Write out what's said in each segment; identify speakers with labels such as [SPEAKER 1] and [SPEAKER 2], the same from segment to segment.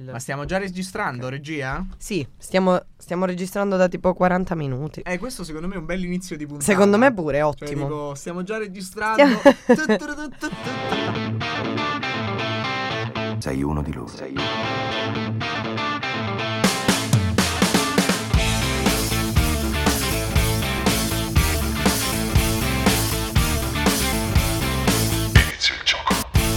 [SPEAKER 1] Ma stiamo già registrando, regia?
[SPEAKER 2] Sì, stiamo registrando da tipo 40 minuti.
[SPEAKER 1] Questo secondo me è un bel inizio di puntata.
[SPEAKER 2] Secondo me pure, è
[SPEAKER 1] Cioè,
[SPEAKER 2] ottimo.
[SPEAKER 1] dico, stiamo già registrando.
[SPEAKER 3] Sei uno di loro.
[SPEAKER 4] Inizia il gioco.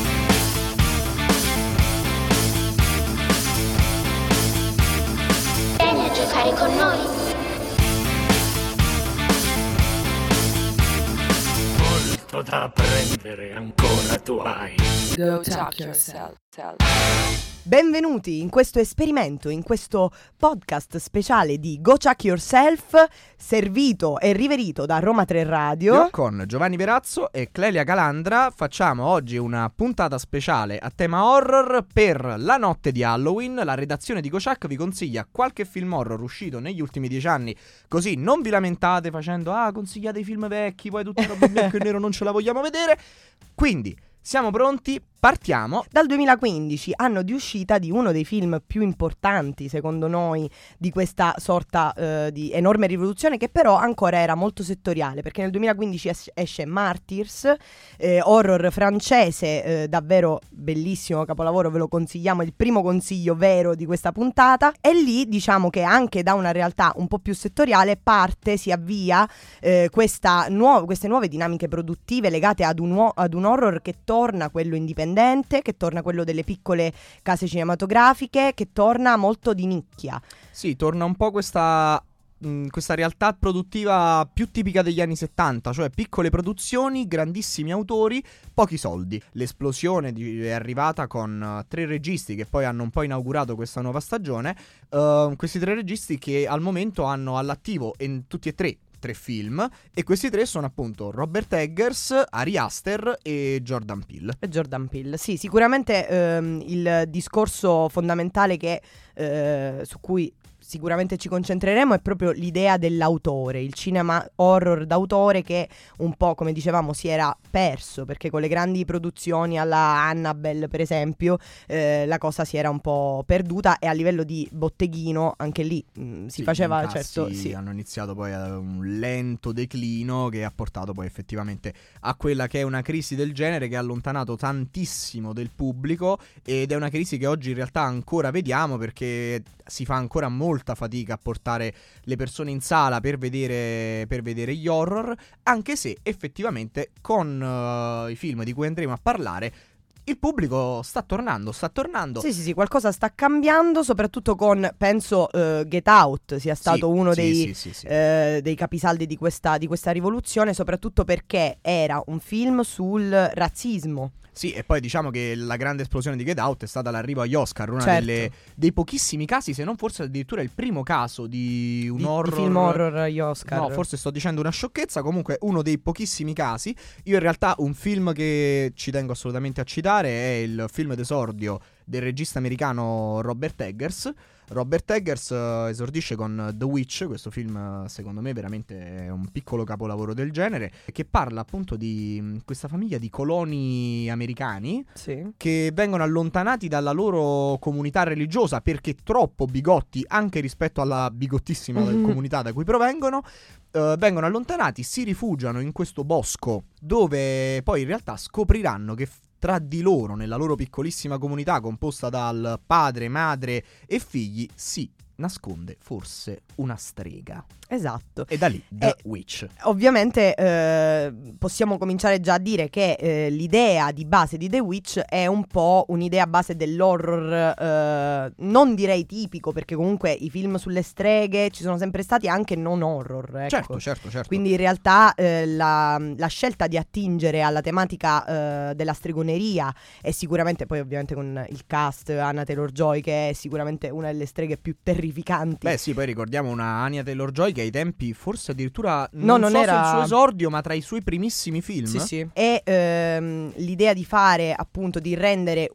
[SPEAKER 5] Vieni a giocare con noi.
[SPEAKER 6] Molto da apprendere ancora tu hai.
[SPEAKER 7] Go talk yourself.
[SPEAKER 2] Benvenuti in questo esperimento, in questo podcast speciale di Go Chuck Yourself, servito e riverito da Roma 3 Radio.
[SPEAKER 1] Io con Giovanni Perazzo e Clelia Calandra facciamo oggi una puntata speciale a tema horror per la notte di Halloween. La redazione di Go Chuck vi consiglia qualche film horror uscito negli ultimi 10 anni, così non vi lamentate facendo consigliate i film vecchi, poi tutta roba bianco e nero non ce la vogliamo vedere. Quindi siamo pronti, partiamo.
[SPEAKER 2] Dal 2015, anno di uscita di uno dei film più importanti, secondo noi, di questa sorta di enorme rivoluzione, che però ancora era molto settoriale, perché nel 2015 esce Martyrs, horror francese, davvero bellissimo capolavoro, ve lo consigliamo, è il primo consiglio vero di questa puntata. E lì diciamo che anche da una realtà un po' più settoriale si avvia queste nuove dinamiche produttive legate ad un horror che torna quello indipendente, che torna quello delle piccole case cinematografiche, che torna molto di nicchia.
[SPEAKER 1] Sì, torna un po' questa realtà produttiva più tipica degli anni 70, cioè piccole produzioni, grandissimi autori, pochi soldi. L'esplosione è arrivata con 3 registi che poi hanno un po' inaugurato questa nuova stagione. Questi 3 registi che al momento hanno all'attivo tutti e tre film, e questi 3 sono appunto Robert Eggers, Ari Aster e Jordan Peele. Sì, sicuramente il discorso fondamentale su cui sicuramente ci concentreremo è proprio l'idea dell'autore, il cinema horror d'autore che un po', come dicevamo, si era perso, perché con le grandi produzioni alla Annabelle per esempio la cosa si era un po' perduta, e a livello di botteghino anche lì si faceva, certo, sì. Hanno iniziato poi a un lento declino che ha portato poi effettivamente a quella che è una crisi del genere che ha allontanato tantissimo del pubblico, ed è una crisi che oggi in realtà ancora vediamo, perché si fa ancora molta fatica a portare le persone in sala per vedere gli horror, anche se effettivamente con i film di cui andremo a parlare il pubblico sta tornando.
[SPEAKER 2] Sì, qualcosa sta cambiando, soprattutto con, penso, Get Out sia stato uno dei capisaldi di questa rivoluzione, soprattutto perché era un film sul razzismo.
[SPEAKER 1] Sì, e poi diciamo che la grande esplosione di Get Out è stata l'arrivo agli Oscar, una
[SPEAKER 2] certo.
[SPEAKER 1] dei pochissimi casi, se non forse addirittura il primo caso di un horror.
[SPEAKER 2] Di film horror agli Oscar.
[SPEAKER 1] No, forse sto dicendo una sciocchezza, comunque uno dei pochissimi casi. Io in realtà un film che ci tengo assolutamente a citare è il film d'esordio del regista americano Robert Eggers. Robert Eggers esordisce con The Witch, questo film secondo me veramente è un piccolo capolavoro del genere, che parla appunto di questa famiglia di coloni americani che vengono allontanati dalla loro comunità religiosa perché troppo bigotti anche rispetto alla bigottissima comunità da cui provengono. Vengono allontanati, si rifugiano in questo bosco dove poi in realtà scopriranno che tra di loro, nella loro piccolissima comunità composta dal padre, madre e figli, si nasconde forse una strega.
[SPEAKER 2] Esatto.
[SPEAKER 1] E da lì The Witch.
[SPEAKER 2] Ovviamente possiamo cominciare già a dire che l'idea di base di The Witch è un po' un'idea base dell'horror, non direi tipico, perché comunque i film sulle streghe ci sono sempre stati anche non horror, ecco.
[SPEAKER 1] Certo.
[SPEAKER 2] Quindi in realtà la scelta di attingere alla tematica della stregoneria, e sicuramente poi ovviamente con il cast Anya Taylor-Joy, che è sicuramente una delle streghe più terrificanti.
[SPEAKER 1] Beh sì, poi ricordiamo una Anya Taylor-Joy che ai tempi forse addirittura
[SPEAKER 2] non
[SPEAKER 1] so
[SPEAKER 2] era
[SPEAKER 1] se il suo esordio, ma tra i suoi primissimi film.
[SPEAKER 2] Sì. E l'idea di fare, appunto, di rendere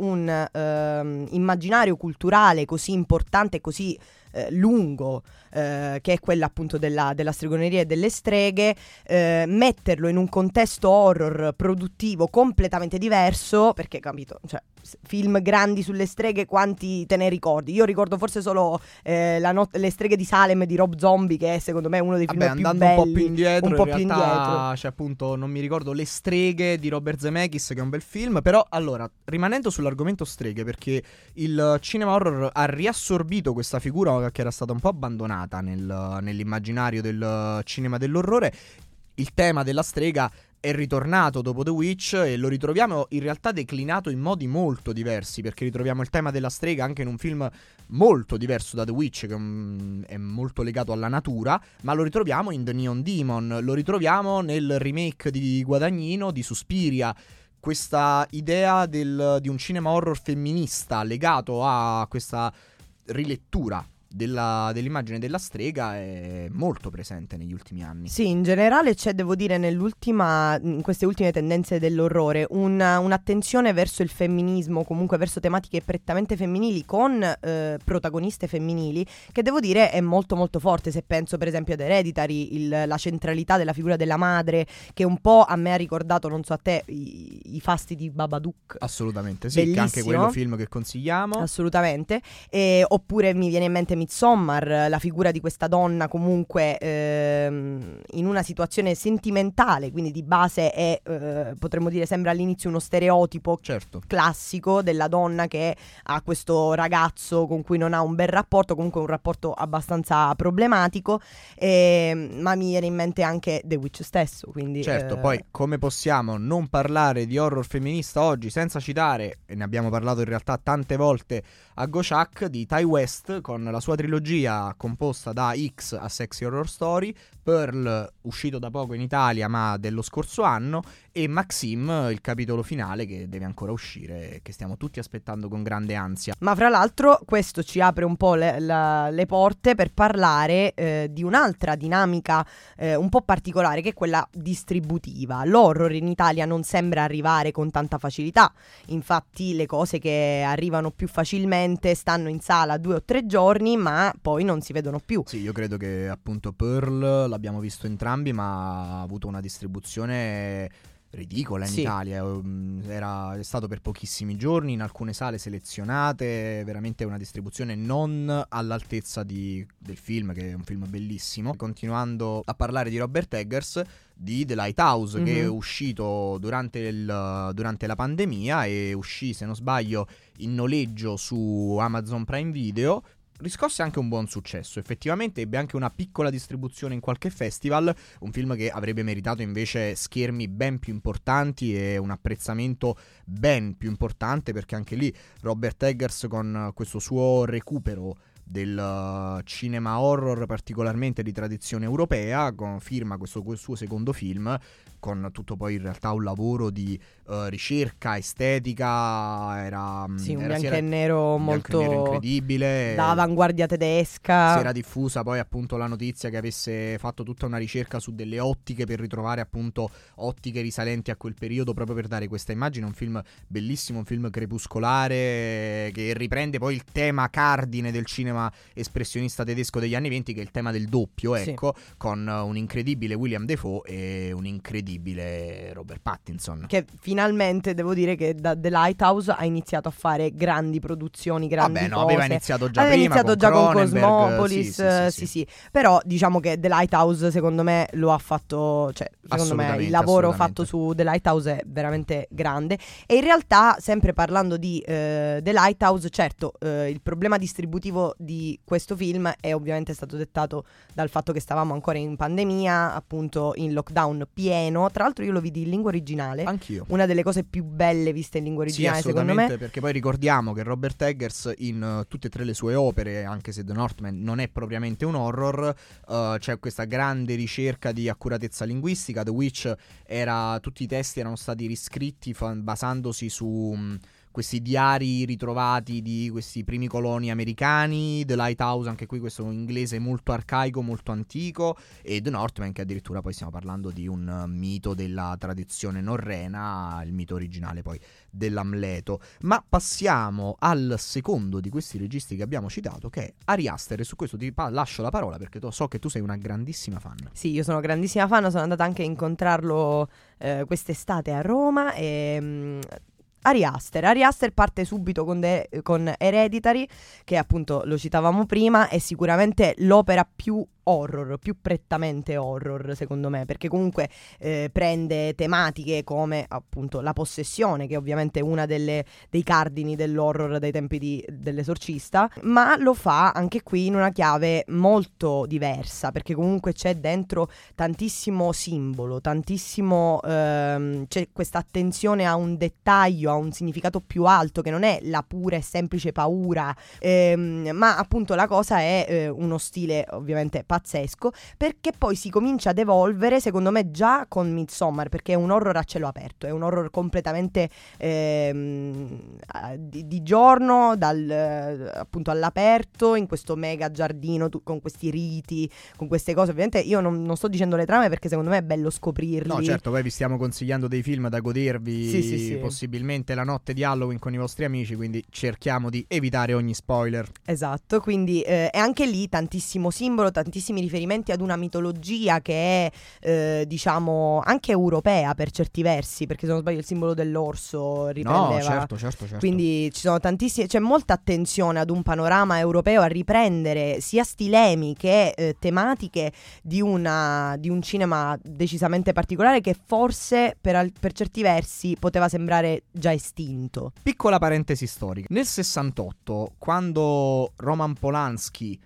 [SPEAKER 2] un immaginario culturale così importante, così lungo, che è quella appunto della stregoneria e delle streghe, metterlo in un contesto horror produttivo completamente diverso, perché capito, cioè film grandi sulle streghe, quanti te ne ricordi? Io ricordo forse solo Le streghe di Salem di Rob Zombie, che è secondo me uno dei film più
[SPEAKER 1] andando
[SPEAKER 2] belli.
[SPEAKER 1] un po' più indietro,
[SPEAKER 2] un po'
[SPEAKER 1] in
[SPEAKER 2] più
[SPEAKER 1] realtà
[SPEAKER 2] indietro.
[SPEAKER 1] c'è appunto, non mi ricordo, Le streghe di Robert Zemeckis, che è un bel film. Però allora, rimanendo sull'argomento streghe, perché il cinema horror ha riassorbito questa figura che era stata un po' abbandonata nell'immaginario del cinema dell'orrore. Il tema della strega è ritornato dopo The Witch e lo ritroviamo in realtà declinato in modi molto diversi, perché ritroviamo il tema della strega anche in un film molto diverso da The Witch, che è molto legato alla natura, ma lo ritroviamo in The Neon Demon, lo ritroviamo nel remake di Guadagnino di Suspiria. Questa idea di un cinema horror femminista legato a questa rilettura dell'immagine della strega è molto presente negli ultimi anni.
[SPEAKER 2] Sì, in generale c'è, devo dire, in queste ultime tendenze dell'orrore un'attenzione verso il femminismo, comunque verso tematiche prettamente femminili con protagoniste femminili, che devo dire è molto molto forte. Se penso per esempio ad Hereditary, la centralità della figura della madre, che un po' a me ha ricordato, non so a te, i fasti di Babadook.
[SPEAKER 1] Assolutamente sì,
[SPEAKER 2] Bellissimo.
[SPEAKER 1] che anche quello film che consigliamo.
[SPEAKER 2] Assolutamente. Oppure mi viene in mente Midsommar, la figura di questa donna comunque in una situazione sentimentale, quindi di base è, potremmo dire, sembra all'inizio uno stereotipo
[SPEAKER 1] Certo.
[SPEAKER 2] classico della donna che ha questo ragazzo con cui non ha un bel rapporto, comunque un rapporto abbastanza problematico, ma mi viene in mente anche The Witch stesso, quindi
[SPEAKER 1] Certo, poi come possiamo non parlare di horror femminista oggi senza citare, e ne abbiamo parlato in realtà tante volte a Gochak, di Ty West con la sua trilogia composta da X a Sexy Horror Story, Pearl uscito da poco in Italia ma dello scorso anno, e Maxim, il capitolo finale che deve ancora uscire e che stiamo tutti aspettando con grande ansia.
[SPEAKER 2] Ma fra l'altro questo ci apre un po' le porte per parlare di un'altra dinamica un po' particolare, che è quella distributiva. L'horror in Italia non sembra arrivare con tanta facilità, infatti le cose che arrivano più facilmente stanno in sala 2 o 3 giorni ma poi non si vedono più.
[SPEAKER 1] Sì, io credo che appunto Pearl l'abbiamo visto entrambi, ma ha avuto una distribuzione ridicola in
[SPEAKER 2] Sì.
[SPEAKER 1] Italia. È stato per pochissimi giorni in alcune sale selezionate, veramente una distribuzione non all'altezza del film, che è un film bellissimo. Continuando a parlare di Robert Eggers, di The Lighthouse, che è uscito durante la pandemia e uscì, se non sbaglio, in noleggio su Amazon Prime Video. Riscosse anche un buon successo, effettivamente ebbe anche una piccola distribuzione in qualche festival, un film che avrebbe meritato invece schermi ben più importanti e un apprezzamento ben più importante, perché anche lì Robert Eggers, con questo suo recupero del cinema horror particolarmente di tradizione europea, firma questo suo secondo film, con tutto poi in realtà un lavoro di ricerca estetica. Era
[SPEAKER 2] Sì, un
[SPEAKER 1] era- si
[SPEAKER 2] bianco
[SPEAKER 1] era-
[SPEAKER 2] e nero
[SPEAKER 1] un bianco e nero
[SPEAKER 2] molto
[SPEAKER 1] incredibile.
[SPEAKER 2] da avanguardia tedesca.
[SPEAKER 1] Si era diffusa poi appunto la notizia che avesse fatto tutta una ricerca su delle ottiche per ritrovare appunto ottiche risalenti a quel periodo, proprio per dare questa immagine. Un film bellissimo, un film crepuscolare che riprende poi il tema cardine del cinema espressionista tedesco degli anni 20, che è il tema del doppio,
[SPEAKER 2] Sì.
[SPEAKER 1] ecco, con un incredibile William Dafoe e un incredibile Robert Pattinson.
[SPEAKER 2] Che finalmente devo dire che da The Lighthouse ha iniziato a fare grandi produzioni, grandi
[SPEAKER 1] Vabbè, no,
[SPEAKER 2] cose.
[SPEAKER 1] aveva iniziato già
[SPEAKER 2] Aveva
[SPEAKER 1] prima
[SPEAKER 2] iniziato
[SPEAKER 1] con
[SPEAKER 2] già con
[SPEAKER 1] Cronenberg,
[SPEAKER 2] Cosmopolis, sì. Però diciamo che The Lighthouse secondo me lo ha fatto, cioè secondo me il lavoro fatto su The Lighthouse è veramente grande. E in realtà, sempre parlando di The Lighthouse, certo, il problema distributivo di questo film è ovviamente stato dettato dal fatto che stavamo ancora in pandemia, appunto in lockdown pieno. Tra l'altro io lo vidi in lingua originale.
[SPEAKER 1] Anch'io.
[SPEAKER 2] Una delle cose più belle viste in lingua originale,
[SPEAKER 1] sì,
[SPEAKER 2] secondo
[SPEAKER 1] assolutamente,
[SPEAKER 2] me.
[SPEAKER 1] perché poi ricordiamo che Robert Eggers in tutte e tre le sue opere, anche se The Northman non è propriamente un horror, c'è questa grande ricerca di accuratezza linguistica. The Witch tutti i testi erano stati riscritti basandosi su questi diari ritrovati di questi primi coloni americani. The Lighthouse, anche qui questo inglese molto arcaico, molto antico, e The Northman, che addirittura poi stiamo parlando di un mito della tradizione norrena, il mito originale poi dell'Amleto. Ma passiamo al secondo di questi registi che abbiamo citato, che è Ari Aster, e su questo ti lascio la parola perché so che tu sei una grandissima fan.
[SPEAKER 2] Sì, io sono grandissima fan, sono andata anche a incontrarlo quest'estate a Roma e Ari Aster parte subito con Hereditary, che appunto lo citavamo prima, è sicuramente l'opera più horror, più prettamente horror secondo me, perché comunque prende tematiche come appunto la possessione, che è ovviamente una dei cardini dell'horror dai tempi dell'Esorcista, ma lo fa anche qui in una chiave molto diversa, perché comunque c'è dentro tantissimo simbolo, tantissimo c'è questa attenzione a un dettaglio, a un significato più alto, che non è la pura e semplice paura, ma appunto la cosa è uno stile ovviamente pazzesco, perché poi si comincia ad evolvere secondo me già con Midsommar, perché è un horror a cielo aperto, è un horror completamente di giorno, appunto all'aperto, in questo mega giardino con questi riti, con queste cose. Ovviamente io non sto dicendo le trame, perché secondo me è bello scoprirli.
[SPEAKER 1] No, certo, poi vi stiamo consigliando dei film da godervi
[SPEAKER 2] sì.
[SPEAKER 1] possibilmente la notte di Halloween con i vostri amici, quindi cerchiamo di evitare ogni spoiler.
[SPEAKER 2] Esatto, quindi è anche lì tantissimo simbolo, tantissimi riferimenti ad una mitologia che è diciamo anche europea per certi versi, perché se non sbaglio il simbolo dell'orso riprendeva.
[SPEAKER 1] No, certo.
[SPEAKER 2] Quindi ci sono c'è molta attenzione ad un panorama europeo, a riprendere sia stilemi che tematiche di un cinema decisamente particolare, che forse per certi versi poteva sembrare già estinto.
[SPEAKER 1] Piccola parentesi storica. Nel 68, quando Roman Polanski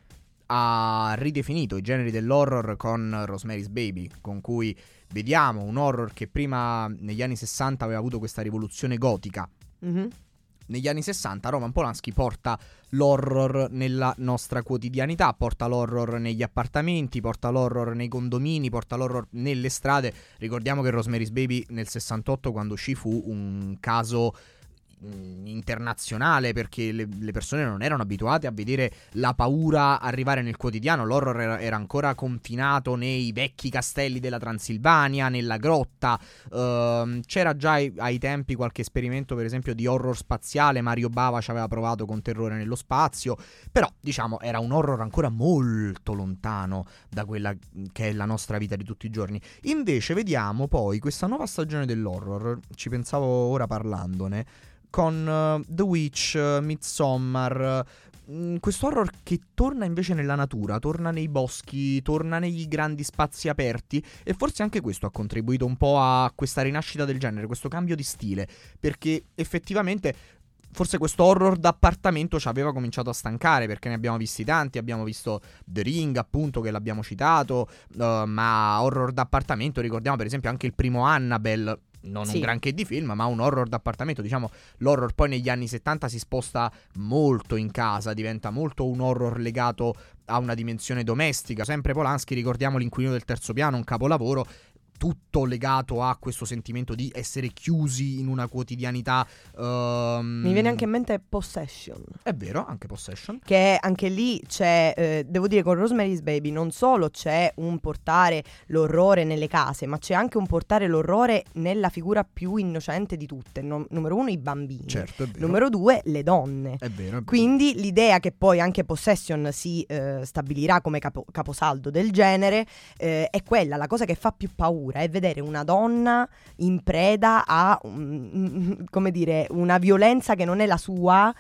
[SPEAKER 1] ha ridefinito i generi dell'horror con Rosemary's Baby, con cui vediamo un horror che prima negli anni 60 aveva avuto questa rivoluzione gotica.
[SPEAKER 2] Mm-hmm.
[SPEAKER 1] Negli anni 60 Roman Polanski porta l'horror nella nostra quotidianità, porta l'horror negli appartamenti, porta l'horror nei condomini, porta l'horror nelle strade. Ricordiamo che Rosemary's Baby nel 68, quando uscì, fu un caso internazionale, perché le persone non erano abituate a vedere la paura arrivare nel quotidiano. L'horror era ancora confinato nei vecchi castelli della Transilvania, nella grotta. C'era già ai tempi qualche esperimento, per esempio, di horror spaziale. Mario Bava ci aveva provato con Terrore nello spazio, però diciamo era un horror ancora molto lontano da quella che è la nostra vita di tutti i giorni. Invece vediamo poi questa nuova stagione dell'horror, ci pensavo ora parlandone, con The Witch, Midsommar, questo horror che torna invece nella natura, torna nei boschi, torna negli grandi spazi aperti, e forse anche questo ha contribuito un po' a questa rinascita del genere, questo cambio di stile, perché effettivamente forse questo horror d'appartamento ci aveva cominciato a stancare, perché ne abbiamo visti tanti. Abbiamo visto The Ring, appunto, che l'abbiamo citato, ma horror d'appartamento, ricordiamo per esempio anche il primo Annabelle. Non un granché di film, ma un horror d'appartamento. Diciamo, l'horror poi negli anni 70 si sposta molto in casa, diventa molto un horror legato a una dimensione domestica. Sempre Polanski, ricordiamo L'Inquilino del terzo piano, un capolavoro, tutto legato a questo sentimento di essere chiusi in una quotidianità.
[SPEAKER 2] Mi viene anche in mente Possession.
[SPEAKER 1] È vero, anche Possession.
[SPEAKER 2] Che anche lì c'è, devo dire, con Rosemary's Baby non solo c'è un portare l'orrore nelle case, ma c'è anche un portare l'orrore nella figura più innocente di tutte. Numero uno, i bambini.
[SPEAKER 1] Certo, è vero.
[SPEAKER 2] Numero due, le donne.
[SPEAKER 1] È vero.
[SPEAKER 2] Quindi l'idea che poi anche Possession si stabilirà come caposaldo del genere è quella, la cosa che fa più paura è vedere una donna in preda a come dire, una violenza che non è la sua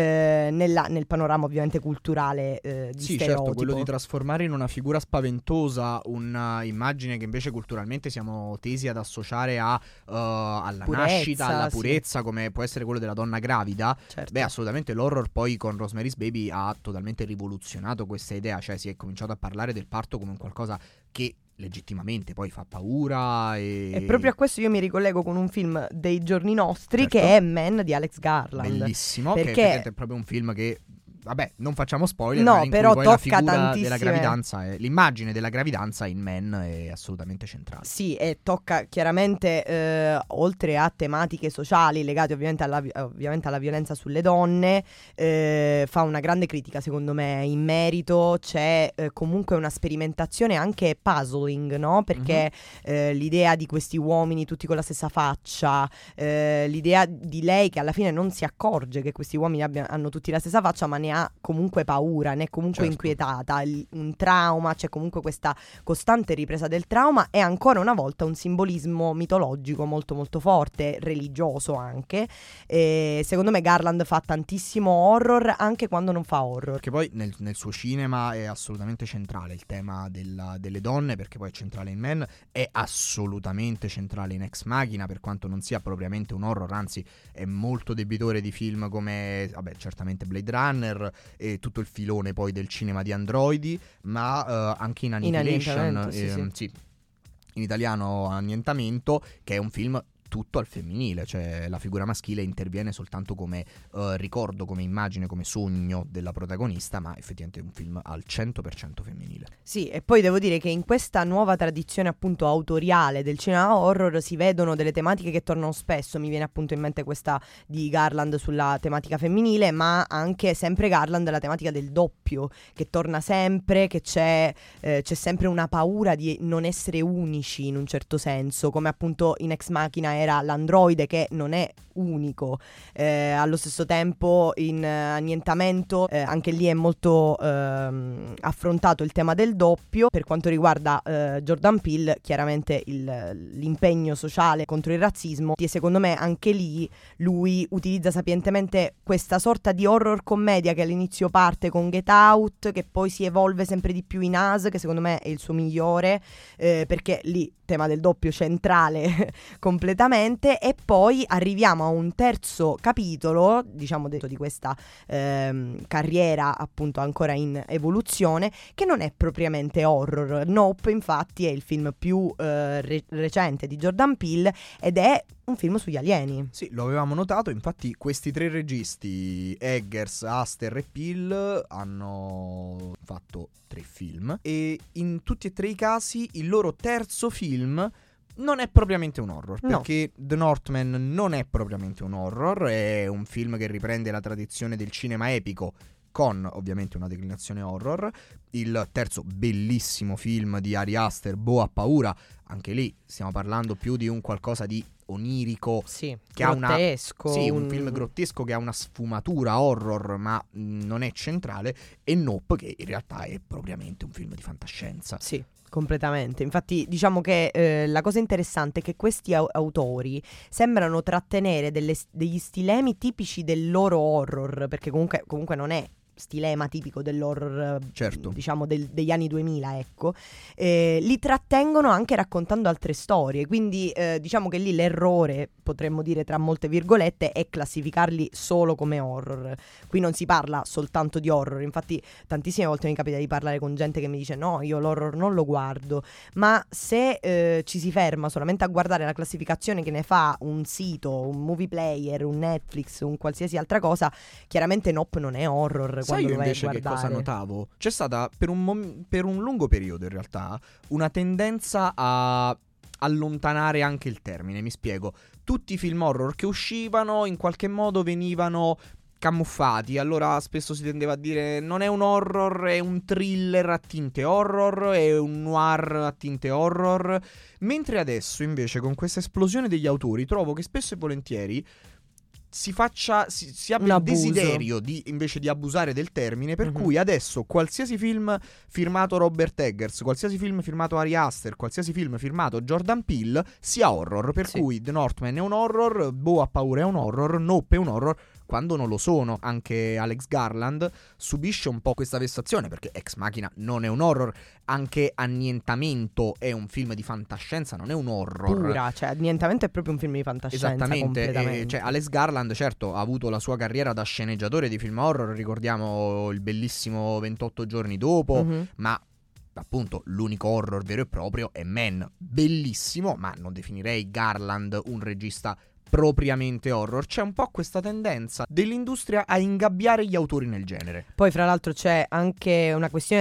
[SPEAKER 2] nel panorama ovviamente culturale di
[SPEAKER 1] sì,
[SPEAKER 2] stereotipo.
[SPEAKER 1] Certo, quello di trasformare in una figura spaventosa una immagine che invece culturalmente siamo tesi ad associare alla
[SPEAKER 2] purezza,
[SPEAKER 1] nascita, alla purezza,
[SPEAKER 2] sì,
[SPEAKER 1] come può essere quello della donna gravida.
[SPEAKER 2] Certo.
[SPEAKER 1] Beh, assolutamente l'horror poi con Rosemary's Baby ha totalmente rivoluzionato questa idea, cioè si è cominciato a parlare del parto come un qualcosa che legittimamente poi fa paura
[SPEAKER 2] e proprio a questo io mi ricollego con un film dei giorni nostri,
[SPEAKER 1] certo,
[SPEAKER 2] che è Man di Alex Garland.
[SPEAKER 1] Bellissimo,
[SPEAKER 2] perché
[SPEAKER 1] che è proprio un film che, vabbè, non facciamo spoiler,
[SPEAKER 2] no,
[SPEAKER 1] ma in
[SPEAKER 2] però
[SPEAKER 1] cui poi la
[SPEAKER 2] tocca
[SPEAKER 1] figura
[SPEAKER 2] tantissime,
[SPEAKER 1] della gravidanza l'immagine della gravidanza in Man è assolutamente centrale.
[SPEAKER 2] Sì, e tocca chiaramente oltre a tematiche sociali legate ovviamente alla violenza sulle donne, fa una grande critica secondo me in merito. C'è comunque una sperimentazione anche puzzling, no? Perché l'idea di questi uomini tutti con la stessa faccia, l'idea di lei che alla fine non si accorge che questi uomini hanno tutti la stessa faccia, ma ne ha comunque paura, ne è comunque
[SPEAKER 1] Certo.
[SPEAKER 2] inquietata, un trauma, c'è comunque questa costante ripresa del trauma e ancora una volta un simbolismo mitologico molto molto forte, religioso anche. E secondo me Garland fa tantissimo horror anche quando non fa horror.
[SPEAKER 1] Perché poi nel suo cinema è assolutamente centrale il tema delle donne, perché poi è centrale in Men, è assolutamente centrale in Ex Machina, per quanto non sia propriamente un horror, anzi è molto debitore di film come, vabbè, certamente Blade Runner e tutto il filone poi del cinema di androidi, ma anche in Annihilation,
[SPEAKER 2] Annientamento, sì.
[SPEAKER 1] sì, in italiano Annientamento, che è un film tutto al femminile, cioè la figura maschile interviene soltanto come ricordo, come immagine, come sogno della protagonista, ma effettivamente è un film al 100% femminile.
[SPEAKER 2] Sì, e poi devo dire che in questa nuova tradizione appunto autoriale del cinema horror si vedono delle tematiche che tornano spesso. Mi viene appunto in mente questa di Garland sulla tematica femminile, ma anche sempre Garland la tematica del doppio, che torna sempre, che c'è sempre una paura di non essere unici in un certo senso, come appunto in Ex Machina era l'androide che non è unico. Allo stesso tempo in Annientamento anche lì è molto affrontato il tema del doppio. Per quanto riguarda Jordan Peele, chiaramente l'impegno sociale contro il razzismo, e secondo me anche lì lui utilizza sapientemente questa sorta di horror commedia che all'inizio parte con Get Out, che poi si evolve sempre di più in Us, che secondo me è il suo migliore, perché lì tema del doppio centrale completamente, e poi arriviamo a un terzo capitolo, diciamo, di questa carriera appunto ancora in evoluzione, che non è propriamente horror. Nope, infatti, è il film più recente di Jordan Peele ed è un film sugli alieni.
[SPEAKER 1] Sì, lo avevamo notato, infatti questi tre registi, Eggers, Aster e Peele, hanno fatto 3 film e in tutti e 3 i casi il loro terzo film non è propriamente un horror,
[SPEAKER 2] No.
[SPEAKER 1] perché The Northman non è propriamente un horror, è un film che riprende la tradizione del cinema epico con ovviamente una declinazione horror. Il terzo bellissimo film di Ari Aster, Boh ha paura, anche lì stiamo parlando più di un qualcosa di onirico,
[SPEAKER 2] Sì,
[SPEAKER 1] che ha una,
[SPEAKER 2] grottesco.
[SPEAKER 1] sì, un film grottesco che ha una sfumatura horror ma non è centrale, e Nope che in realtà è propriamente un film di fantascienza.
[SPEAKER 2] Sì, completamente. Infatti diciamo che la cosa interessante è che questi autori sembrano trattenere degli stilemi tipici del loro horror, perché comunque non è stilema tipico dell'horror,
[SPEAKER 1] Certo.
[SPEAKER 2] diciamo degli anni 2000, ecco. Li trattengono anche raccontando altre storie, quindi diciamo che lì l'errore, potremmo dire tra molte virgolette, è classificarli solo come horror. Qui non si parla soltanto di horror, infatti tantissime volte mi capita di parlare con gente che mi dice no, io l'horror non lo guardo, ma se ci si ferma solamente a guardare la classificazione che ne fa un sito, un movie player, un Netflix, un qualsiasi altra cosa, chiaramente Nope non è horror.
[SPEAKER 1] Sai
[SPEAKER 2] quando
[SPEAKER 1] io
[SPEAKER 2] lo vai a
[SPEAKER 1] invece che cosa
[SPEAKER 2] guardare.
[SPEAKER 1] notavo? C'è stata per un lungo periodo in realtà una tendenza a allontanare anche il termine, mi spiego. Tutti i film horror che uscivano in qualche modo venivano camuffati, allora spesso si tendeva a dire non è un horror, è un thriller a tinte horror, è un noir a tinte horror, mentre adesso invece con questa esplosione degli autori trovo che spesso e volentieri si abbia
[SPEAKER 2] Un
[SPEAKER 1] il
[SPEAKER 2] abuso.
[SPEAKER 1] desiderio di invece di abusare del termine, per
[SPEAKER 2] Mhm.
[SPEAKER 1] cui adesso qualsiasi film firmato Robert Eggers, qualsiasi film firmato Ari Aster, qualsiasi film firmato Jordan Peele sia horror, per
[SPEAKER 2] Sì.
[SPEAKER 1] cui The Northman è un horror, Boh ha paura è un horror, Nope è un horror, quando non lo sono. Anche Alex Garland subisce un po' questa vessazione, perché Ex Machina non è un horror, anche Annientamento è un film di fantascienza, non è un horror.
[SPEAKER 2] Pura, cioè Annientamento è proprio un film di fantascienza.
[SPEAKER 1] Esattamente,
[SPEAKER 2] completamente.
[SPEAKER 1] cioè Alex Garland certo ha avuto la sua carriera da sceneggiatore di film horror, ricordiamo il bellissimo 28 giorni dopo,
[SPEAKER 2] Mhm.
[SPEAKER 1] ma appunto l'unico horror vero e proprio è Men, bellissimo, ma non definirei Garland un regista propriamente horror. C'è un po' questa tendenza dell'industria a ingabbiare gli autori nel genere.
[SPEAKER 2] Poi fra l'altro c'è anche una questione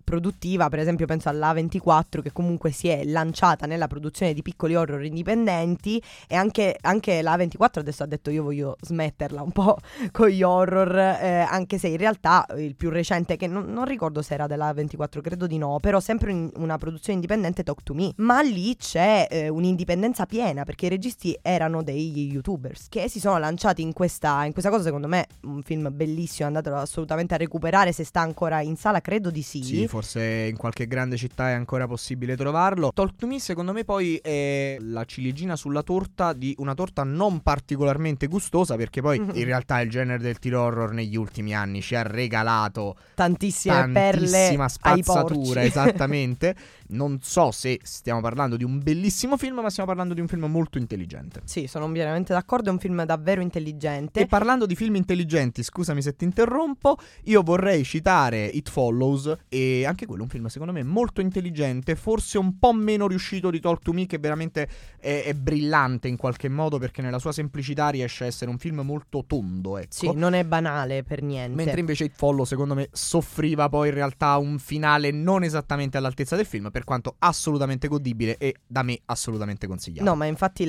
[SPEAKER 2] produttiva, per esempio penso all'A24 che comunque si è lanciata nella produzione di piccoli horror indipendenti, e anche l'A24 adesso ha detto io voglio smetterla un po' con gli horror, anche se in realtà il più recente, che non ricordo se era dell'A24, credo di no, però sempre una produzione indipendente, Talk to Me, ma lì c'è un'indipendenza piena perché i registi erano degli youtubers che si sono lanciati in questa cosa. Secondo me un film bellissimo, andatelo assolutamente a recuperare se sta ancora in sala, credo di sì.
[SPEAKER 1] Sì, forse in qualche grande città è ancora possibile trovarlo. Talk to Me secondo me poi è la ciliegina sulla torta di una torta non particolarmente gustosa, perché poi in realtà il genere del teen horror negli ultimi anni ci ha regalato
[SPEAKER 2] tantissime perle ai
[SPEAKER 1] spazzatura,
[SPEAKER 2] porci.
[SPEAKER 1] esattamente. Non so se stiamo parlando di un bellissimo film, ma stiamo parlando di un film molto intelligente.
[SPEAKER 2] Sì, sono pienamente d'accordo, è un film davvero intelligente.
[SPEAKER 1] E parlando di film intelligenti, scusami se ti interrompo, io vorrei citare It Follows, e anche quello è un film secondo me molto intelligente, forse un po' meno riuscito di Talk to Me, che veramente è brillante in qualche modo, perché nella sua semplicità riesce a essere un film molto tondo, ecco.
[SPEAKER 2] Sì, non è banale per niente.
[SPEAKER 1] Mentre invece It Follows secondo me soffriva poi in realtà un finale non esattamente all'altezza del film, per quanto assolutamente godibile e da me assolutamente consigliato.
[SPEAKER 2] No, ma infatti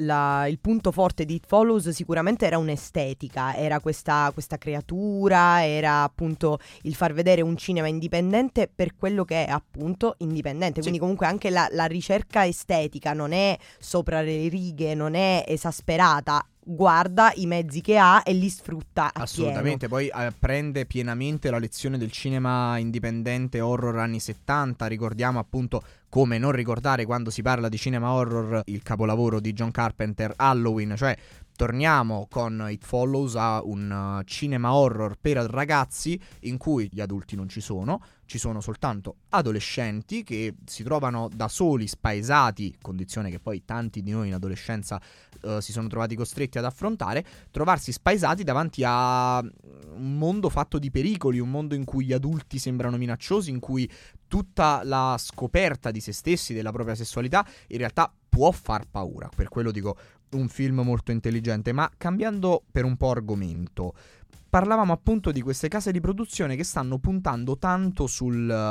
[SPEAKER 2] il punto forte di It Follows sicuramente era un'estetica, era questa creatura, era appunto il far vedere un cinema indipendente per quello che è appunto indipendente. Quindi comunque anche la ricerca estetica non è sopra le righe, non è esasperata. Guarda i mezzi che ha e li sfrutta
[SPEAKER 1] assolutamente.
[SPEAKER 2] appieno.
[SPEAKER 1] Poi prende pienamente la lezione del cinema indipendente horror anni 70. Ricordiamo appunto, come non ricordare quando si parla di cinema horror, il capolavoro di John Carpenter, Halloween. Cioè torniamo con It Follows a un cinema horror per ragazzi in cui gli adulti non ci sono soltanto adolescenti che si trovano da soli, spaesati, condizione che poi tanti di noi in adolescenza si sono trovati costretti ad affrontare, trovarsi spaesati davanti a un mondo fatto di pericoli, un mondo in cui gli adulti sembrano minacciosi, in cui tutta la scoperta di se stessi, della propria sessualità, in realtà può far paura. Per quello dico un film molto intelligente. Ma cambiando per un po' argomento, parlavamo appunto di queste case di produzione che stanno puntando tanto su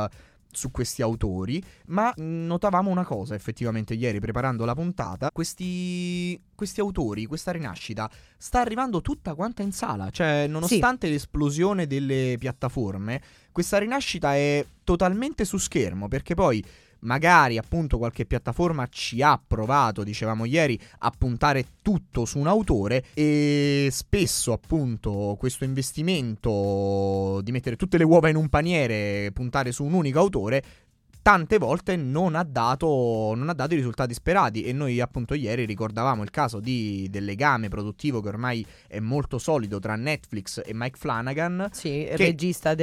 [SPEAKER 1] questi autori, ma notavamo una cosa effettivamente ieri preparando la puntata: questi autori, questa rinascita sta arrivando tutta quanta in sala. Cioè nonostante l'esplosione delle piattaforme, questa rinascita è totalmente su schermo, perché poi magari appunto qualche piattaforma ci ha provato, dicevamo ieri, a puntare tutto su un autore, e spesso appunto questo investimento di mettere tutte le uova in un paniere, puntare su un unico autore, tante volte non ha dato i risultati sperati. E noi appunto ieri ricordavamo il caso del legame produttivo che ormai è molto solido tra Netflix e Mike Flanagan.
[SPEAKER 2] Sì, regista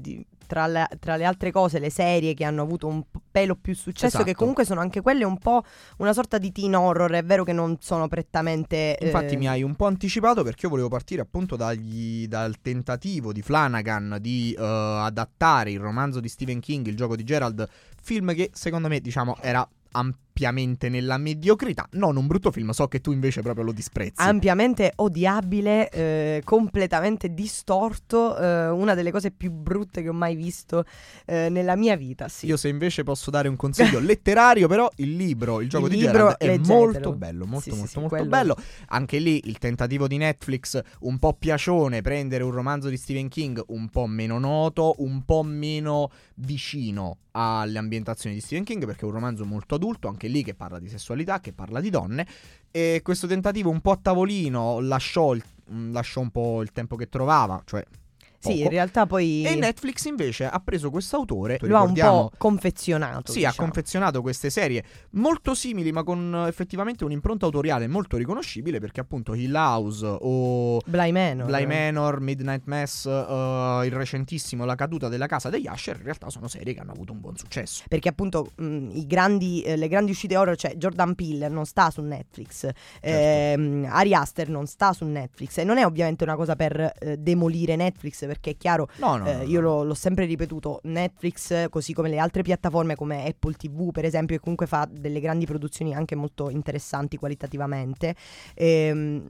[SPEAKER 2] tra le altre cose, le serie che hanno avuto un pelo più successo,
[SPEAKER 1] esatto,
[SPEAKER 2] che comunque sono anche quelle un po' una sorta di teen horror. È vero che non sono prettamente
[SPEAKER 1] Infatti mi hai un po' anticipato, perché io volevo partire appunto dal tentativo di Flanagan di adattare il romanzo di Stephen King, Il gioco di Gerald, film che secondo me, diciamo, era ampiamente nella mediocrità. Non un brutto film, so che tu invece proprio lo disprezzi.
[SPEAKER 2] Ampiamente odiabile, completamente distorto, una delle cose più brutte che ho mai visto nella mia vita, sì.
[SPEAKER 1] Io se invece posso dare un consiglio letterario, però il libro Il gioco di Gerald è
[SPEAKER 2] leggetelo.
[SPEAKER 1] molto bello, molto
[SPEAKER 2] quello...
[SPEAKER 1] bello. Anche lì il tentativo di Netflix, un po' piacione, prendere un romanzo di Stephen King un po' meno noto, un po' meno vicino alle ambientazioni di Stephen King, perché è un romanzo molto adulto, anche lì, che parla di sessualità, che parla di donne. E questo tentativo un po' a tavolino lasciò un po' il tempo che trovava, cioè poco.
[SPEAKER 2] Sì, in realtà poi...
[SPEAKER 1] E Netflix invece ha preso questo autore,
[SPEAKER 2] lo ha un po' confezionato.
[SPEAKER 1] Sì,
[SPEAKER 2] diciamo.
[SPEAKER 1] ha confezionato queste serie molto simili, ma con effettivamente un'impronta autoriale molto riconoscibile, perché appunto Hill House o
[SPEAKER 2] Bly Manor,
[SPEAKER 1] Midnight Mass, il recentissimo La caduta della casa degli Usher, in realtà sono serie che hanno avuto un buon successo.
[SPEAKER 2] Perché appunto le grandi uscite horror, cioè Jordan Peele non sta su Netflix,
[SPEAKER 1] certo.
[SPEAKER 2] Ari Aster non sta su Netflix, e non è ovviamente una cosa per demolire Netflix, perché è chiaro, io l'ho sempre ripetuto, Netflix, così come le altre piattaforme come Apple TV per esempio, che comunque fa delle grandi produzioni anche molto interessanti qualitativamente,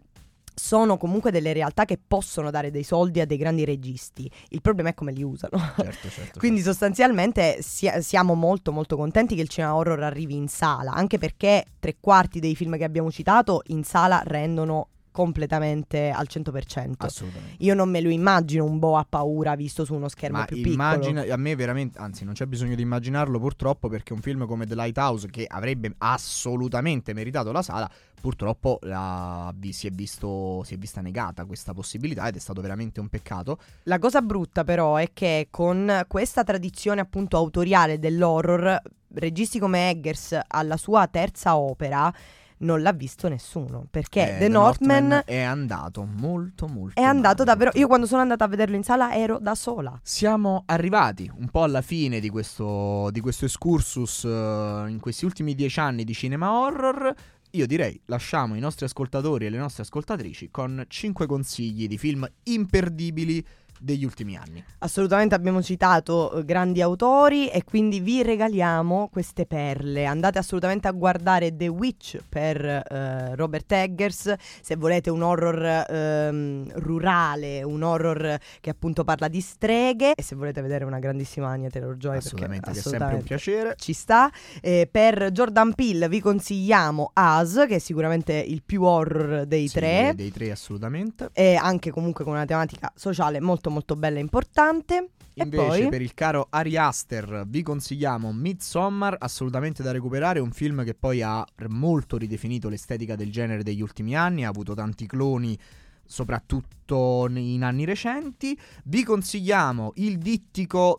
[SPEAKER 2] sono comunque delle realtà che possono dare dei soldi a dei grandi registi. Il problema è come li usano.
[SPEAKER 1] Certo.
[SPEAKER 2] Quindi sostanzialmente siamo molto molto contenti che il cinema horror arrivi in sala, anche perché 3/4 dei film che abbiamo citato in sala rendono completamente al 100%.
[SPEAKER 1] Assolutamente.
[SPEAKER 2] Io non me lo immagino un boa paura visto su uno schermo
[SPEAKER 1] Ma
[SPEAKER 2] più
[SPEAKER 1] immagina,
[SPEAKER 2] piccolo.
[SPEAKER 1] a me veramente, anzi non c'è bisogno di immaginarlo purtroppo, perché un film come The Lighthouse, che avrebbe assolutamente meritato la sala, purtroppo si è vista negata questa possibilità, ed è stato veramente un peccato.
[SPEAKER 2] La cosa brutta però è che con questa tradizione appunto autoriale dell'horror, registi come Eggers alla sua terza opera non l'ha visto nessuno, perché The Northman
[SPEAKER 1] è andato molto
[SPEAKER 2] è andato
[SPEAKER 1] male,
[SPEAKER 2] davvero. Io
[SPEAKER 1] purtroppo.
[SPEAKER 2] quando sono andata a vederlo in sala ero da sola.
[SPEAKER 1] Siamo arrivati un po' alla fine di questo excursus in questi ultimi 10 anni di cinema horror. Io direi lasciamo i nostri ascoltatori e le nostre ascoltatrici con 5 consigli di film imperdibili degli ultimi anni.
[SPEAKER 2] Assolutamente, abbiamo citato grandi autori e quindi vi regaliamo queste perle. Andate assolutamente a guardare The Witch per Robert Eggers, se volete un horror rurale, un horror che appunto parla di streghe, e se volete vedere una grandissima Anya Taylor-Joy,
[SPEAKER 1] Assolutamente,
[SPEAKER 2] perché
[SPEAKER 1] che è sempre un piacere.
[SPEAKER 2] ci sta. Per Jordan Peele vi consigliamo Us, che è sicuramente il più horror dei
[SPEAKER 1] Sì,
[SPEAKER 2] tre,
[SPEAKER 1] dei tre assolutamente.
[SPEAKER 2] e anche comunque con una tematica sociale molto molto bella e importante.
[SPEAKER 1] Invece
[SPEAKER 2] E poi
[SPEAKER 1] per il caro Ari Aster vi consigliamo Midsommar, assolutamente da recuperare, un film che poi ha molto ridefinito l'estetica del genere degli ultimi anni, ha avuto tanti cloni soprattutto in anni recenti. Vi consigliamo Il Dittico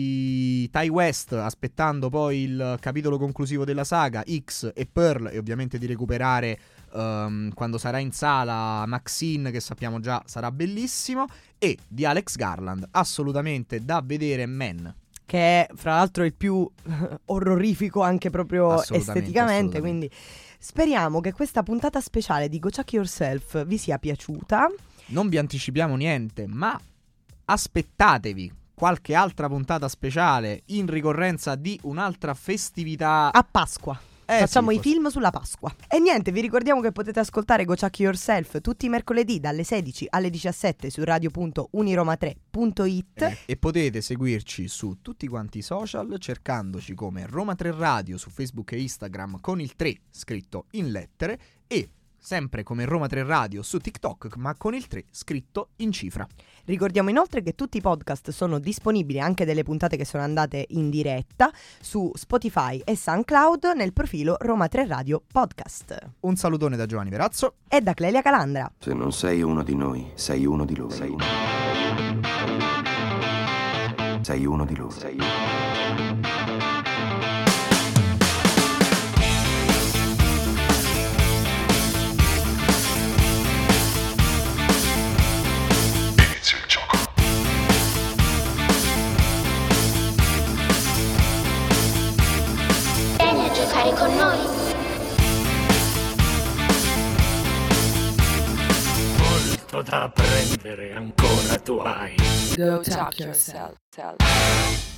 [SPEAKER 1] di Ty West, aspettando poi il capitolo conclusivo della saga, X e Pearl, e ovviamente di recuperare quando sarà in sala Maxine, che sappiamo già sarà bellissimo, e di Alex Garland, assolutamente da vedere, Men.
[SPEAKER 2] che è fra l'altro il più orrorifico anche proprio
[SPEAKER 1] Assolutamente,
[SPEAKER 2] esteticamente,
[SPEAKER 1] assolutamente.
[SPEAKER 2] quindi speriamo che questa puntata speciale di Go Chuck Yourself vi sia piaciuta.
[SPEAKER 1] Non vi anticipiamo niente, ma aspettatevi qualche altra puntata speciale in ricorrenza di un'altra festività.
[SPEAKER 2] A Pasqua facciamo
[SPEAKER 1] sì,
[SPEAKER 2] i film sulla Pasqua. E niente, vi ricordiamo che potete ascoltare Go Chuck Yourself tutti i mercoledì dalle 16 alle 17 su radio.uniroma3.it.
[SPEAKER 1] E potete seguirci su tutti quanti i social cercandoci come Roma 3 Radio su Facebook e Instagram con il 3 scritto in lettere, e sempre come Roma 3 Radio su TikTok ma con il 3 scritto in cifra.
[SPEAKER 2] Ricordiamo inoltre che tutti i podcast sono disponibili, anche delle puntate che sono andate in diretta, su Spotify e SoundCloud nel profilo Roma 3 Radio Podcast.
[SPEAKER 1] Un salutone da Giovanni Verazzo
[SPEAKER 2] E da Clelia Calandra.
[SPEAKER 3] Se non sei uno di noi, sei uno di loro. Sei uno di loro.
[SPEAKER 4] Inizia il gioco.
[SPEAKER 5] Vieni a giocare con noi.
[SPEAKER 6] Molto da apprendere ancora tu hai.
[SPEAKER 7] Go Chuck Yourself.